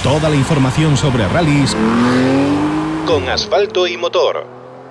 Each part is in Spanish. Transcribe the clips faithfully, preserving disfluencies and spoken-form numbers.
Toda la información sobre rallies con Asfalto y Motor.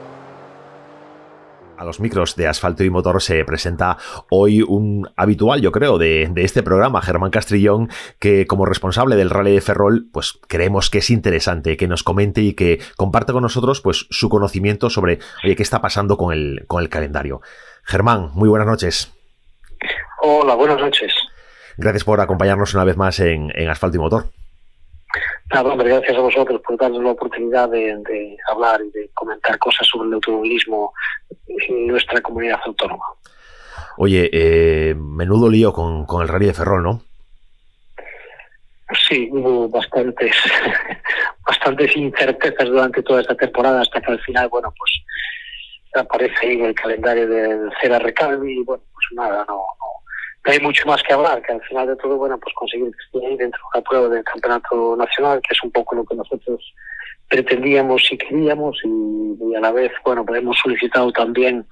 A los micros de Asfalto y Motor se presenta hoy un habitual, yo creo, de, de este programa, Germán Castrillón, que como responsable del Rally de Ferrol, pues creemos que es interesante que nos comente y que comparte con nosotros pues su conocimiento sobre, oye, qué está pasando con el, con el calendario. Germán, muy buenas noches. Hola, buenas noches. Gracias por acompañarnos una vez más en, en Asfalto y Motor. Nada, hombre, gracias a vosotros por darnos la oportunidad de, de hablar y de comentar cosas sobre el automovilismo en nuestra comunidad autónoma. Oye, eh, menudo lío con, con el Rally de Ferrol, ¿no? Sí, hubo bastantes, bastantes incertezas durante toda esta temporada hasta que al final, bueno, pues aparece ahí en el calendario del C R Calvi y bueno, pues nada, no, no, no hay mucho más que hablar, que al final de todo, bueno, pues conseguir que esté ahí dentro de la prueba del campeonato nacional, que es un poco lo que nosotros pretendíamos y queríamos, y, y a la vez, bueno, pues hemos solicitado también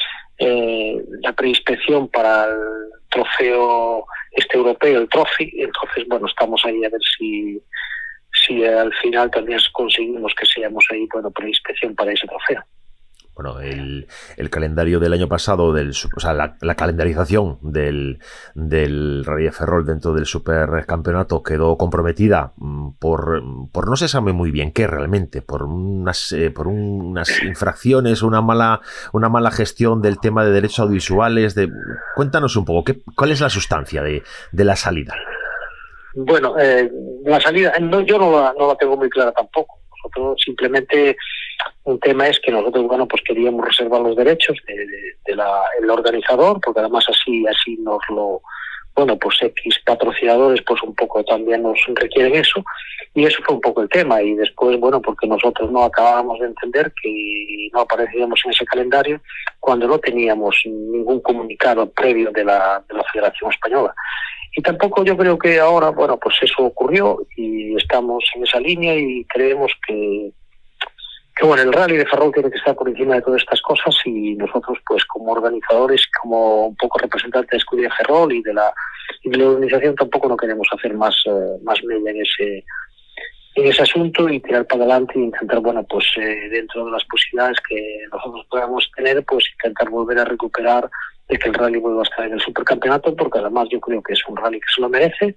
eh, la preinspección para el trofeo este europeo, el Trophy, entonces, bueno, estamos ahí a ver si si al final también conseguimos que seamos ahí, bueno, preinspección para ese trofeo. Bueno, el, el calendario del año pasado, del, o sea, la, la calendarización del, del Rally de Ferrol dentro del supercampeonato quedó comprometida por, por no se sabe muy bien qué realmente, por unas, eh, por unas infracciones, una mala, una mala gestión del tema de derechos audiovisuales. De, cuéntanos un poco, ¿qué, ¿cuál es la sustancia de, de la salida? Bueno, eh, la salida, no, yo no la, no la tengo muy clara tampoco. Nosotros simplemente, un tema es que nosotros, bueno, pues queríamos reservar los derechos de, de, de la, el organizador, porque además así así nos lo, bueno, pues X patrocinadores pues un poco también nos requieren eso, y eso fue un poco el tema. Y después, bueno, porque nosotros no acabábamos de entender que no aparecíamos en ese calendario cuando no teníamos ningún comunicado previo de la, de la Federación Española. Y tampoco yo creo que ahora, bueno, pues eso ocurrió y estamos en esa línea y creemos que, que bueno, el Rally de Ferrol tiene que estar por encima de todas estas cosas, y nosotros, pues como organizadores, como un poco representantes de Escudería Ferrol y de la, y de la organización, tampoco no queremos hacer más, eh, más mella en ese, en ese asunto y tirar para adelante e intentar, bueno, pues eh, dentro de las posibilidades que nosotros podamos tener, pues intentar volver a recuperar de que el rally vuelva a estar en el supercampeonato, porque además yo creo que es un rally que se lo merece,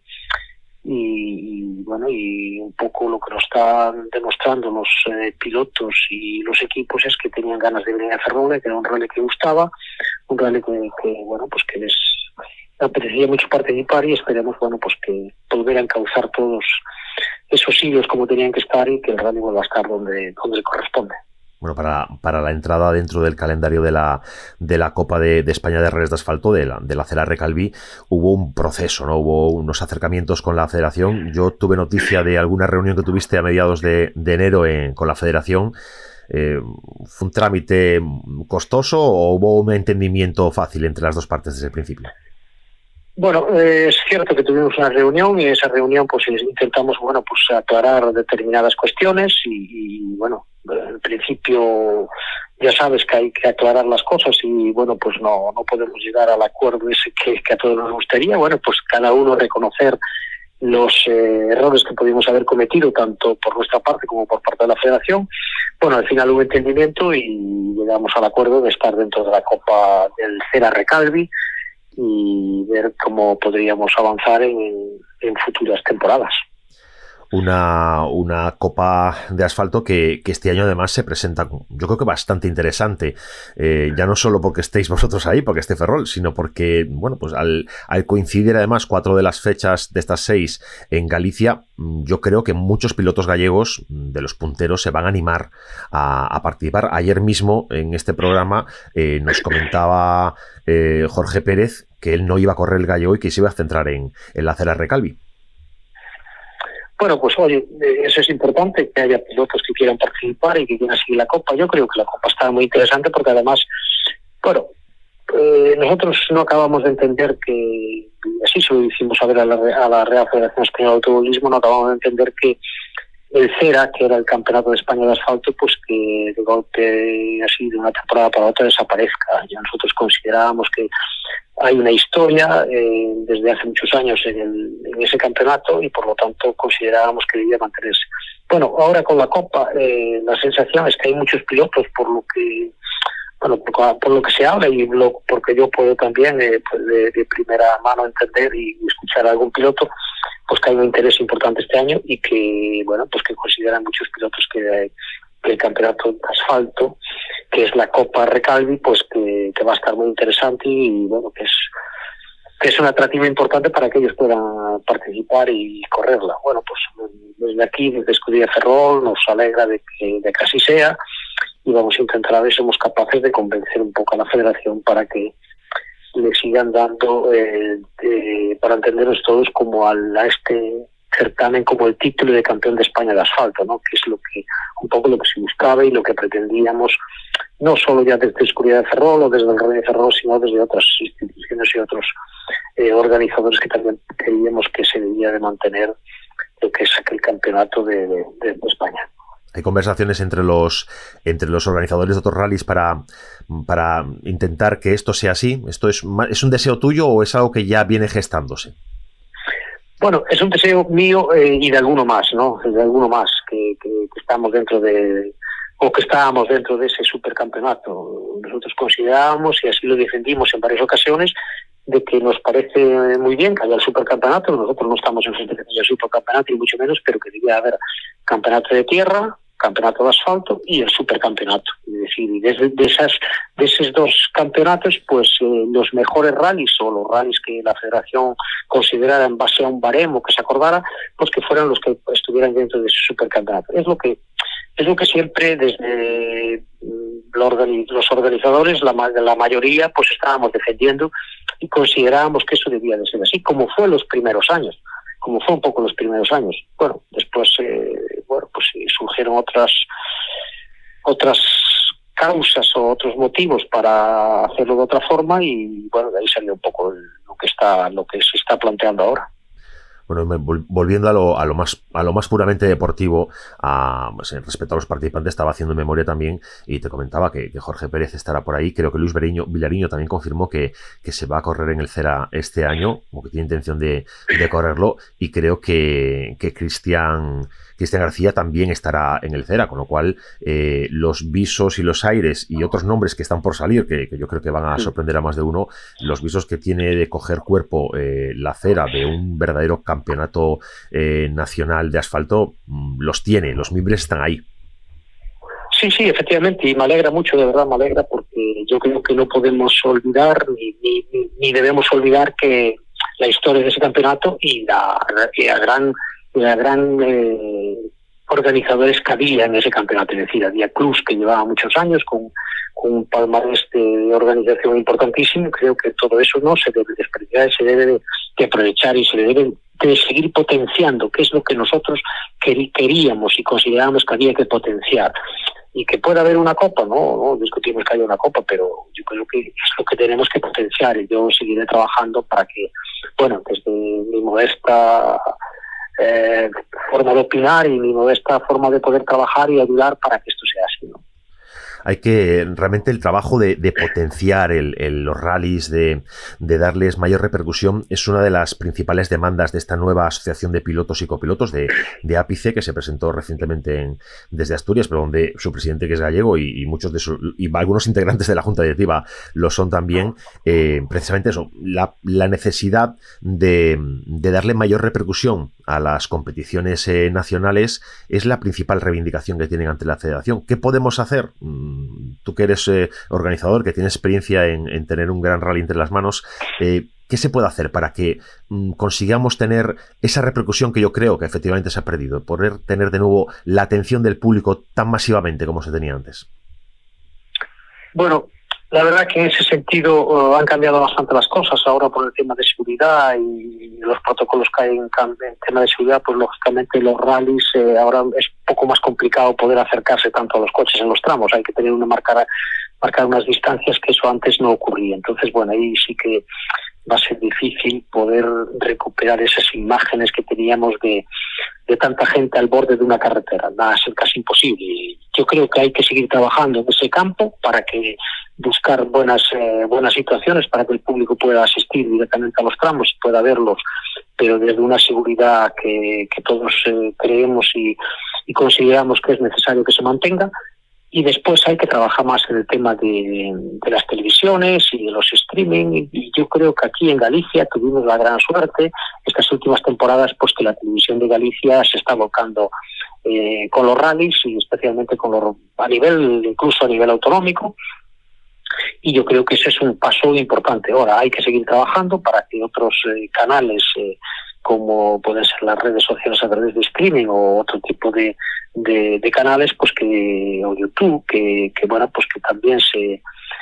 y, y bueno, y un poco lo que nos están demostrando los eh, pilotos y los equipos es que tenían ganas de venir a Ferrol, que era un rally que gustaba, un rally que, que bueno, pues que les apetecía mucho participar, y esperemos, bueno, pues que volver a encauzar todos esos hilos como tenían que estar y que el rally vuelva a estar donde, donde le corresponde. Bueno, para, para la entrada dentro del calendario de la, de la Copa de, de España de Rallies de Asfalto, de la, de la C L R Calvi, hubo un proceso, ¿no? Hubo unos acercamientos con la federación. Yo tuve noticia de alguna reunión que tuviste a mediados de, de enero en, con la federación. Eh, ¿Fue un trámite costoso o hubo un entendimiento fácil entre las dos partes desde el principio? Bueno, eh, es cierto que tuvimos una reunión, y en esa reunión pues intentamos, bueno, pues aclarar determinadas cuestiones y, y bueno, en principio ya sabes que hay que aclarar las cosas y bueno, pues no no podemos llegar al acuerdo ese que, que a todos nos gustaría. Bueno, pues cada uno reconocer los eh, errores que pudimos haber cometido, tanto por nuestra parte como por parte de la federación. Bueno, al final hubo entendimiento y llegamos al acuerdo de estar dentro de la Copa del C R Calvi y ver cómo podríamos avanzar en, en futuras temporadas. Una, una copa de asfalto que, que este año además se presenta, yo creo que bastante interesante, eh, ya no solo porque estéis vosotros ahí, porque esté Ferrol, sino porque, bueno, pues al, al coincidir además cuatro de las fechas de estas seis en Galicia, yo creo que muchos pilotos gallegos de los punteros se van a animar a, a participar. Ayer mismo en este programa eh, nos comentaba eh, Jorge Pérez que él no iba a correr el gallego y que se iba a centrar en, en la C L R Calvi. Bueno, pues oye, eso es importante, que haya pilotos que quieran participar y que quieran seguir la Copa. Yo creo que la Copa está muy interesante porque además, bueno, eh, nosotros no acabamos de entender que, y así se lo hicimos saber a la, a la Real Federación Española de Automovilismo, no acabamos de entender que el CERA, que era el Campeonato de España de Asfalto, pues que de golpe, así de una temporada para otra, desaparezca. Ya nosotros considerábamos que hay una historia eh, desde hace muchos años en, el, en ese campeonato y por lo tanto considerábamos que debía mantenerse. Bueno, ahora con la Copa eh, la sensación es que hay muchos pilotos, por lo que bueno por, por lo que se habla y lo, porque yo puedo también eh, pues de, de primera mano entender y escuchar a algún piloto, pues que hay un interés importante este año y que bueno pues que consideran muchos pilotos que, que el campeonato de asfalto, que es la Copa Recalvi, pues que, que va a estar muy interesante y bueno que es que es un atractivo importante para que ellos puedan participar y correrla. Bueno, pues desde aquí, desde Escudería Ferrol, nos alegra de que, de que así sea y vamos a intentar a ver si somos capaces de convencer un poco a la federación para que le sigan dando, eh, de, para entendernos todos, como al, a este certamen como el título de campeón de España de asfalto, ¿no? Que es lo que un poco lo que se buscaba y lo que pretendíamos, no solo ya desde Escudería de Ferrol o desde el Rey de Ferrol, sino desde otras instituciones y otros eh, organizadores que también creíamos que se debía de mantener lo que es aquel campeonato de, de, de España. Hay conversaciones entre los entre los organizadores de otros rallies para, para intentar que esto sea así. ¿Esto es, es un deseo tuyo o es algo que ya viene gestándose? Bueno, es un deseo mío eh, y de alguno más, ¿no? De alguno más, que, que, que estamos dentro de, o que estábamos dentro de ese supercampeonato. Nosotros considerábamos, y así lo defendimos en varias ocasiones, de que nos parece muy bien que haya el supercampeonato. Nosotros no estamos en frente de que haya supercampeonato, y mucho menos, pero que debía haber campeonato de tierra, campeonato de asfalto y el supercampeonato. Es decir, y desde de esas de esos dos campeonatos, pues eh, los mejores rallies o los rallies que la federación considerara en base a un baremo que se acordara, pues que fueran los que estuvieran dentro de ese supercampeonato. Es lo que es lo que siempre desde los organizadores, la, la mayoría, pues estábamos defendiendo y considerábamos que eso debía de ser así, como fue en los primeros años. como fue un poco los primeros años. Bueno, después eh, bueno, pues surgieron otras otras causas o otros motivos para hacerlo de otra forma y bueno, de ahí salió un poco el, lo que está lo que se está planteando ahora. Bueno, volviendo a lo, a lo más a lo más puramente deportivo, a, pues, respecto a los participantes, estaba haciendo memoria también y te comentaba que, que Jorge Pérez estará por ahí. Creo que Luis Beriño, Vilariño también confirmó que, que se va a correr en el CERA este año, o que tiene intención de, de correrlo, y creo que, que Cristian Cristian García también estará en el CERA, con lo cual eh, los visos y los aires y otros nombres que están por salir, que, que yo creo que van a sorprender a más de uno, los visos que tiene de coger cuerpo eh, la CERA de un verdadero campeonato eh, nacional de asfalto, los tiene, los mimbres están ahí. Sí, sí, efectivamente, y me alegra mucho, de verdad me alegra, porque yo creo que no podemos olvidar, ni, ni, ni debemos olvidar que la historia de ese campeonato y la, y la gran... la gran eh, organizadores que había en ese campeonato, es decir, había Cruz, que llevaba muchos años con, con un palmarés de organización importantísimo. Creo que todo eso no se debe despreciar, se debe de, de aprovechar y se debe de seguir potenciando, que es lo que nosotros queríamos y considerábamos que había que potenciar. Y que pueda haber una copa, no, no discutimos que haya una copa, pero yo creo que es lo que tenemos que potenciar, y yo seguiré trabajando para que, bueno, desde mi modesta Eh, forma de opinar y mi modesta forma de poder trabajar y ayudar para que esto sea así, ¿no? Hay que, realmente el trabajo de, de potenciar el, el, los rallies, de, de darles mayor repercusión, es una de las principales demandas de esta nueva asociación de pilotos y copilotos de, de Ápice, que se presentó recientemente en, desde Asturias, pero donde su presidente, que es gallego, y, y muchos de sus, y algunos integrantes de la Junta Directiva lo son también, eh, precisamente eso, la, la necesidad de, de darle mayor repercusión a las competiciones eh, nacionales es la principal reivindicación que tienen ante la federación. ¿Qué podemos hacer? Tú que eres eh, organizador, que tienes experiencia en, en tener un gran rally entre las manos, eh, ¿qué se puede hacer para que mm, consigamos tener esa repercusión que yo creo que efectivamente se ha perdido? Poder tener de nuevo la atención del público tan masivamente como se tenía antes. Bueno, la verdad que en ese sentido uh, han cambiado bastante las cosas ahora por el tema de seguridad y los protocolos que hay en, en tema de seguridad. Pues lógicamente los rallies eh, ahora es un poco más complicado poder acercarse tanto a los coches en los tramos, hay que tener una marcar, marcar unas distancias que eso antes no ocurría. Entonces, bueno, ahí sí que va a ser difícil poder recuperar esas imágenes que teníamos de, de tanta gente al borde de una carretera, va a ser casi imposible. Yo creo que hay que seguir trabajando en ese campo para que buscar buenas eh, buenas situaciones para que el público pueda asistir directamente a los tramos y pueda verlos, pero desde una seguridad que, que todos eh, creemos y, y consideramos que es necesario que se mantenga. Y después hay que trabajar más en el tema de, de las televisiones y de los streaming, y yo creo que aquí en Galicia tuvimos la gran suerte estas últimas temporadas, pues que la televisión de Galicia se está volcando eh, con los rallies y especialmente con los, a nivel, incluso a nivel autonómico, y yo creo que ese es un paso importante. Ahora hay que seguir trabajando para que otros eh, canales eh, como pueden ser las redes sociales a través de streaming o otro tipo de, de, de canales, pues que o YouTube, que, que bueno, pues que también se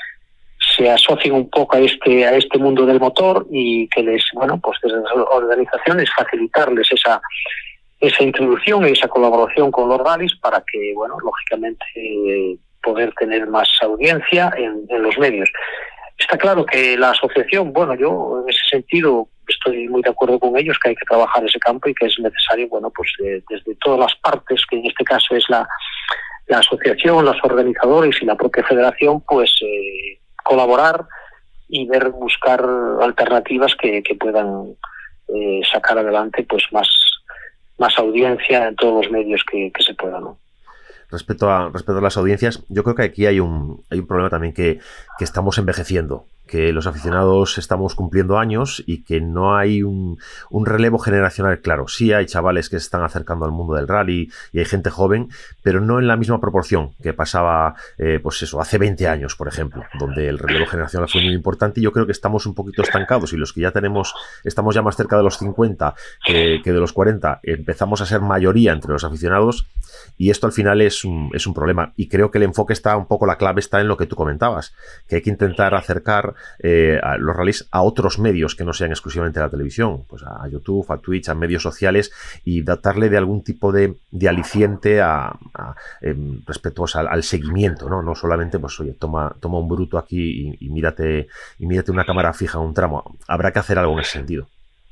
se asocien un poco a este a este mundo del motor y que les, bueno, pues desde las organizaciones facilitarles esa esa introducción y esa colaboración con los rallies para que, bueno, lógicamente eh, poder tener más audiencia en, en los medios. Está claro que la asociación, bueno, yo en ese sentido estoy muy de acuerdo con ellos, que hay que trabajar ese campo y que es necesario, bueno, pues eh, desde todas las partes, que en este caso es la, la asociación, los organizadores y la propia federación, pues eh, colaborar y ver, buscar alternativas que, que puedan eh, sacar adelante pues más, más audiencia en todos los medios que, que se puedan, ¿no? Respecto a, respecto a las audiencias, yo creo que aquí hay un, hay un problema también que, que estamos envejeciendo, que los aficionados estamos cumpliendo años y que no hay un, un relevo generacional claro. Sí hay chavales que se están acercando al mundo del rally y hay gente joven, pero no en la misma proporción que pasaba, eh, pues eso, hace veinte años, por ejemplo, donde el relevo generacional fue muy importante, y yo creo que estamos un poquito estancados, y los que ya tenemos, estamos ya más cerca de los cincuenta que, que de los cuarenta, empezamos a ser mayoría entre los aficionados, y esto al final es un, es un problema. Y creo que el enfoque está un poco, la clave está en lo que tú comentabas, que hay que intentar acercar Eh, a los rallies a otros medios que no sean exclusivamente la televisión, pues a YouTube, a Twitch, a medios sociales, y darle de algún tipo de, de aliciente a, a eh, respecto al, al seguimiento, ¿no? No solamente, pues oye, toma, toma un bruto aquí y, y mírate y mírate una cámara fija en un tramo. Habrá que hacer algo en ese sentido.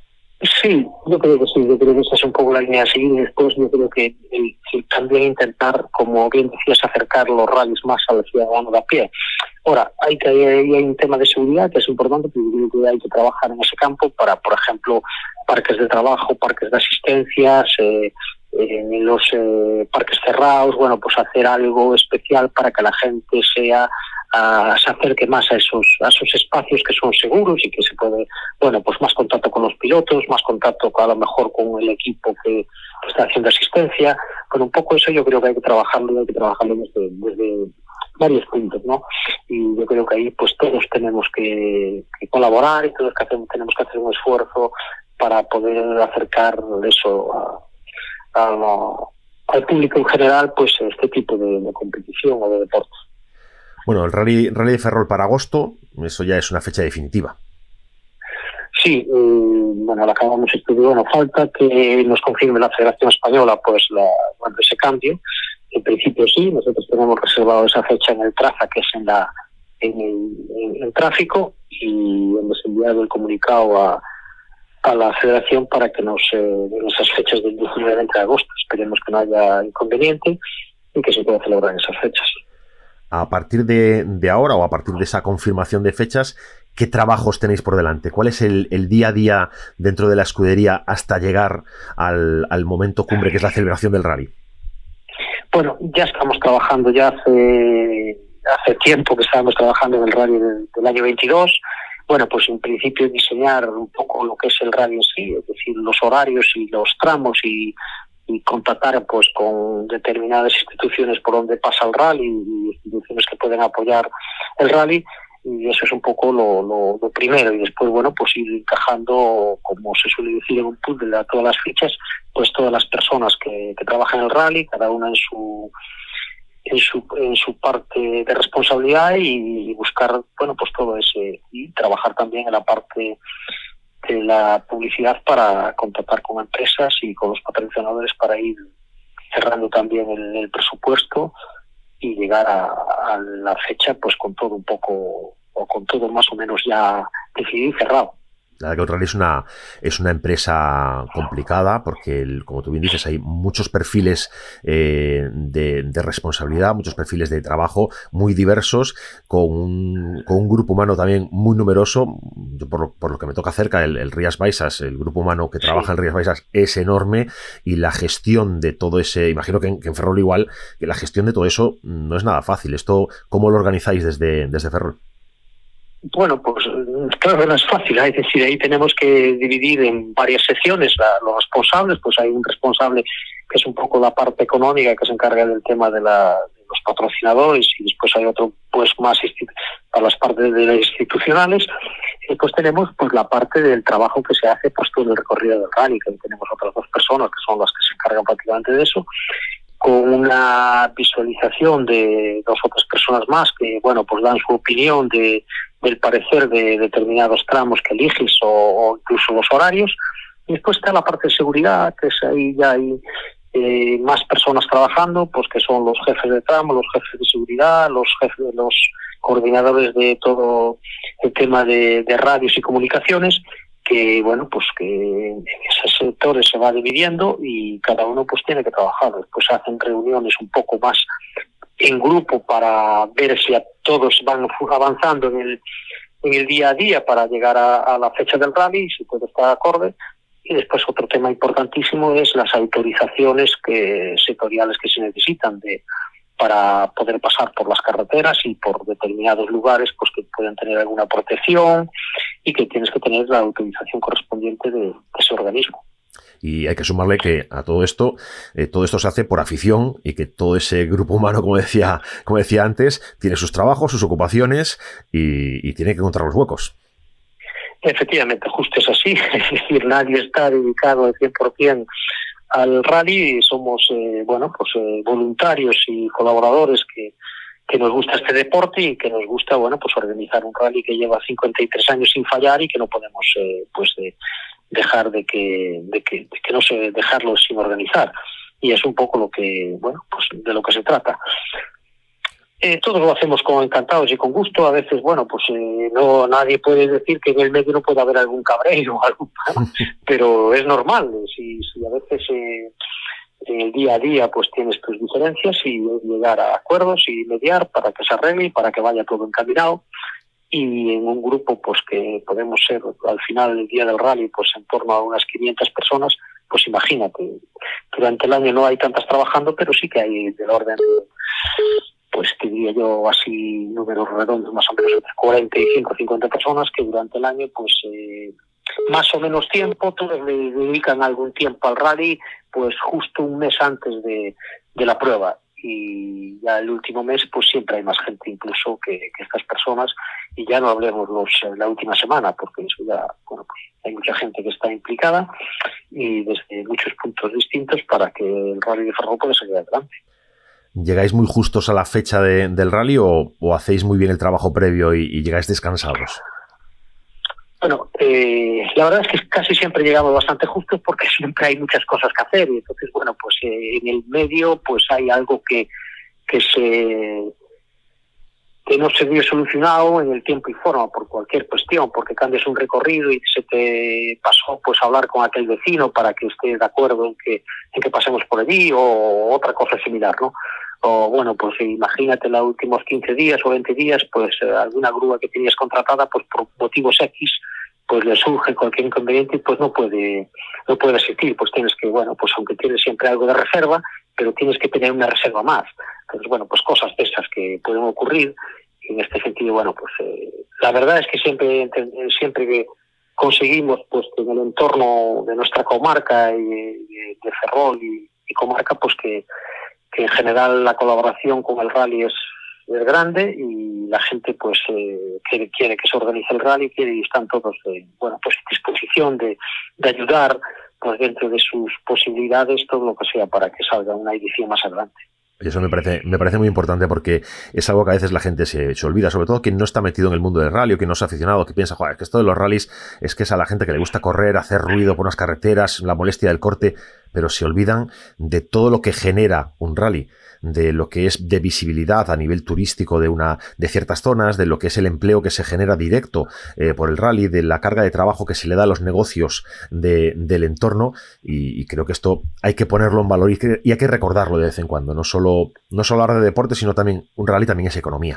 Sí, yo creo que sí, yo creo que esa es un poco la línea a seguir. Después yo creo que el, el también intentar, como bien decías, acercar los rallies más al ciudadano de a pie. Ahora, hay que hay, hay un tema de seguridad que es importante, pero yo creo que hay que trabajar en ese campo para, por ejemplo, parques de trabajo, parques de asistencias, eh, en los eh, parques cerrados, bueno, pues hacer algo especial para que la gente sea a, se acerque más a esos a esos espacios que son seguros y que se puede, bueno, pues más contacto con los pilotos, más contacto a lo mejor con el equipo que está haciendo asistencia. Con un poco eso yo creo que hay que trabajarlo, hay que trabajarlo desde, desde varios puntos, ¿no? Y yo creo que ahí pues todos tenemos que, que colaborar y todos que hacemos, tenemos que hacer un esfuerzo para poder acercar eso a, a la, al público en general, pues este tipo de, de competición o de deporte. Bueno, el Rally, Rally de Ferrol para agosto, eso ya es una fecha definitiva. Sí, eh, bueno, la acabamos de estudiar. Bueno, falta que nos confirme la Federación Española pues la, bueno, ese cambio. En principio sí, nosotros tenemos reservado esa fecha en el Traza, que es en la en el, en el tráfico, y hemos enviado el comunicado a, a la Federación para que nos eh, den esas fechas del diecinueve y veinte de agosto. Esperemos que no haya inconveniente y que se pueda celebrar en esas fechas. A partir de, de ahora, o a partir de esa confirmación de fechas, ¿qué trabajos tenéis por delante? ¿Cuál es el, el día a día dentro de la escudería hasta llegar al, al momento cumbre, que es la celebración del rally? Bueno, ya estamos trabajando, ya hace hace tiempo que estábamos trabajando en el rally del, del año veintidós. Bueno, pues en principio diseñar un poco lo que es el rally en sí, es decir, los horarios y los tramos, y y contactar pues con determinadas instituciones por donde pasa el rally y instituciones que pueden apoyar el rally, y eso es un poco lo, lo, lo primero. Y después, bueno, pues ir encajando, como se suele decir en un puzzle, a todas las fichas, pues todas las personas que, que trabajan en el rally, cada una en su en su en su parte de responsabilidad, y, y buscar, bueno, pues todo ese, y trabajar también en la parte de la publicidad para contactar con empresas y con los patrocinadores para ir cerrando también el, el presupuesto y llegar a, a la fecha pues con todo un poco, o con todo más o menos ya decidido y cerrado. La verdad que Outrally es una, es una empresa complicada porque, el, como tú bien dices, hay muchos perfiles eh, de, de responsabilidad, muchos perfiles de trabajo muy diversos, con un, con un grupo humano también muy numeroso. Yo por lo, por lo que me toca cerca, el, el Rías Baixas, el grupo humano que trabaja sí. en Rías Baixas es enorme, y la gestión de todo ese, imagino que en, que en Ferrol igual, que la gestión de todo eso no es nada fácil. Esto, ¿cómo lo organizáis desde, desde Ferrol? Bueno, pues claro que no es fácil, ¿eh? Es decir, ahí tenemos que dividir en varias secciones la, los responsables. Pues hay un responsable que es un poco la parte económica, que se encarga del tema de, la, de los patrocinadores, y después hay otro pues más para las partes de las institucionales, y después tenemos pues la parte del trabajo que se hace pues todo el recorrido del rally, que tenemos otras dos personas que son las que se encargan prácticamente de eso, con una visualización de dos o tres personas más que, bueno, pues dan su opinión de, del parecer de determinados tramos que eliges, o, o incluso los horarios. Y después está la parte de seguridad, que es ahí ya hay eh, más personas trabajando, pues que son los jefes de tramo, los jefes de seguridad, los jefes, los coordinadores de todo el tema de, de radios y comunicaciones, que bueno, pues que en esos sectores se va dividiendo y cada uno pues tiene que trabajar. Después hacen reuniones un poco más en grupo para ver si a todos van avanzando en el, en el día a día para llegar a, a la fecha del rally, si todo está acorde. Y después otro tema importantísimo es las autorizaciones que sectoriales que se necesitan de para poder pasar por las carreteras y por determinados lugares pues que pueden tener alguna protección, y que tienes que tener la autorización correspondiente de, de ese organismo. Y hay que sumarle que a todo esto, eh, todo esto se hace por afición, y que todo ese grupo humano, como decía, como decía antes, tiene sus trabajos, sus ocupaciones, y, y tiene que encontrar los huecos. Efectivamente, justo es así. Es decir, nadie está dedicado al cien por ciento al rally. Somos eh, bueno, pues eh, voluntarios y colaboradores que, que nos gusta este deporte, y que nos gusta, bueno, pues organizar un rally que lleva cincuenta y tres años sin fallar, y que no podemos eh, pues de, dejar de que, de que de que no se dejarlo sin organizar. Y es un poco lo que, bueno, pues de lo que se trata. Eh, todos lo hacemos con encantados y con gusto. A veces, bueno, pues eh, no nadie puede decir que en el medio no puede haber algún cabreo o algún, pero es normal. Si, si a veces eh, en el día a día pues tienes tus diferencias, y llegar a acuerdos y mediar para que se arregle y para que vaya todo encaminado. Y en un grupo pues que podemos ser al final del día del rally pues en torno a unas quinientas personas, pues imagínate, durante el año no hay tantas trabajando, pero sí que hay del orden, pues que diría yo así, números redondos, más o menos entre cuarenta y cinco o cincuenta personas que durante el año, pues eh, más o menos tiempo, todos le dedican algún tiempo al rally, pues justo un mes antes de, de la prueba. Y ya el último mes, pues siempre hay más gente incluso que, que estas personas, y ya no hablemos los la última semana, porque eso ya, bueno, pues hay mucha gente que está implicada, y desde muchos puntos distintos para que el rally de Ferrol pueda seguir adelante. ¿Llegáis muy justos a la fecha de, del rally o, o hacéis muy bien el trabajo previo y, y llegáis descansados? Bueno, eh, la verdad es que casi siempre llegamos bastante justos, porque siempre hay muchas cosas que hacer, y entonces, bueno, pues eh, en el medio pues hay algo que, que se que no se vio solucionado en el tiempo y forma por cualquier cuestión, porque cambias un recorrido y se te pasó pues hablar con aquel vecino para que esté de acuerdo en que en que pasemos por allí, o otra cosa similar, ¿no? O bueno, pues imagínate los últimos quince días o veinte días, pues eh, alguna grúa que tenías contratada, pues por motivos X, pues le surge cualquier inconveniente y pues no puede no puede asistir. Pues tienes que, bueno, pues aunque tienes siempre algo de reserva, pero tienes que tener una reserva más. Entonces, bueno, pues cosas de esas que pueden ocurrir. En este sentido, bueno, pues eh, la verdad es que siempre siempre que conseguimos, pues en el entorno de nuestra comarca y de, de Ferrol y, y comarca, pues que que en general la colaboración con el rally es, es grande, y la gente pues eh, quiere, quiere que se organice el rally, quiere, y están todos eh, bueno, pues en disposición de, de ayudar pues dentro de sus posibilidades todo lo que sea para que salga una edición más adelante. Y eso me parece, me parece muy importante, porque es algo que a veces la gente se, se olvida, sobre todo quien no está metido en el mundo del rally, o quien no es aficionado, que piensa, joder, que esto de los rallies es que es a la gente que le gusta correr, hacer ruido por unas carreteras, la molestia del corte, pero se olvidan de todo lo que genera un rally, de lo que es de visibilidad a nivel turístico de una de ciertas zonas, de lo que es el empleo que se genera directo eh, por el rally, de la carga de trabajo que se le da a los negocios de, del entorno, y, y creo que esto hay que ponerlo en valor y, que, y hay que recordarlo de vez en cuando. No solo, no solo hablar de deporte, sino también un rally también es economía.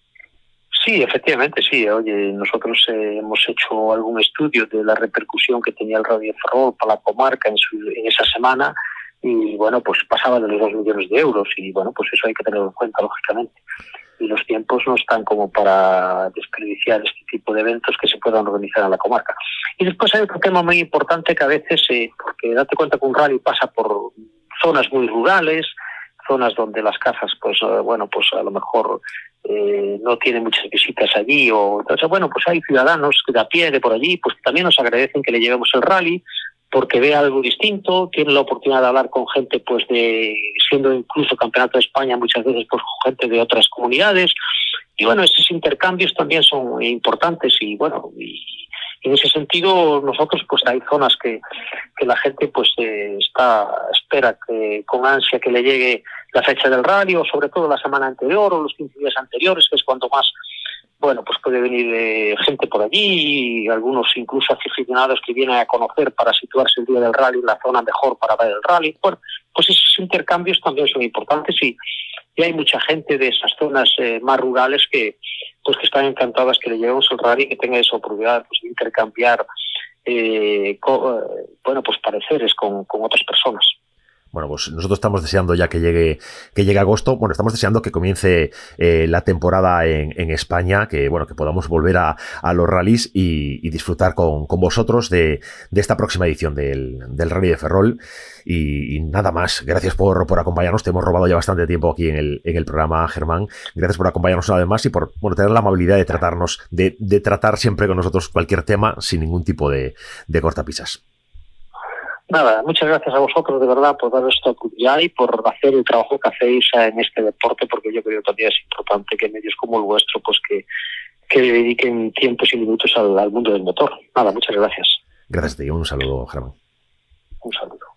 Sí, efectivamente, sí. Oye, nosotros eh, hemos hecho algún estudio de la repercusión que tenía el Rally de Ferrol para la comarca en, su, en esa semana, y bueno, pues pasaba de los dos millones de euros, y bueno, pues eso hay que tenerlo en cuenta, lógicamente. Y los tiempos no están como para desperdiciar este tipo de eventos que se puedan organizar en la comarca. Y después hay otro tema muy importante que a veces, eh, porque date cuenta que un rally pasa por zonas muy rurales, zonas donde las casas, pues eh, bueno, pues a lo mejor eh, no tienen muchas visitas allí, o entonces bueno, pues hay ciudadanos de a pie de por allí, pues también nos agradecen que le llevemos el rally, porque ve algo distinto, tiene la oportunidad de hablar con gente, pues de siendo incluso campeonato de España muchas veces, pues con gente de otras comunidades, y bueno, esos intercambios también son importantes, y bueno, y en ese sentido nosotros pues hay zonas que, que la gente pues eh, está espera que con ansia que le llegue la fecha del rally, o sobre todo la semana anterior o los quince días anteriores, que es cuando más bueno, pues puede venir eh, gente por allí, y algunos incluso aficionados que vienen a conocer para situarse el día del rally en la zona mejor para ver el rally. Bueno, pues esos intercambios también son importantes, y, y hay mucha gente de esas zonas eh, más rurales que pues que están encantadas que le llevemos el rally, que tenga esa oportunidad pues, de intercambiar eh, co, eh, bueno, pues pareceres con, con otras personas. Bueno, pues nosotros estamos deseando ya que llegue que llegue agosto. Bueno, estamos deseando que comience eh, la temporada en, en España, que bueno, que podamos volver a, a los rallies y, y disfrutar con, con vosotros de, de esta próxima edición del, del Rally de Ferrol. Y, y nada más. Gracias por, por acompañarnos. Te hemos robado ya bastante tiempo aquí en el, en el programa, Germán. Gracias por acompañarnos una vez más y por bueno, tener la amabilidad de tratarnos, de, de tratar siempre con nosotros cualquier tema sin ningún tipo de, de cortapisas. Nada, muchas gracias a vosotros de verdad por dar esta oportunidad y por hacer el trabajo que hacéis en este deporte, porque yo creo que también es importante que medios como el vuestro pues que, que dediquen tiempos y minutos al, al mundo del motor. Nada, muchas gracias. Gracias a ti, un saludo, Germán. Un saludo.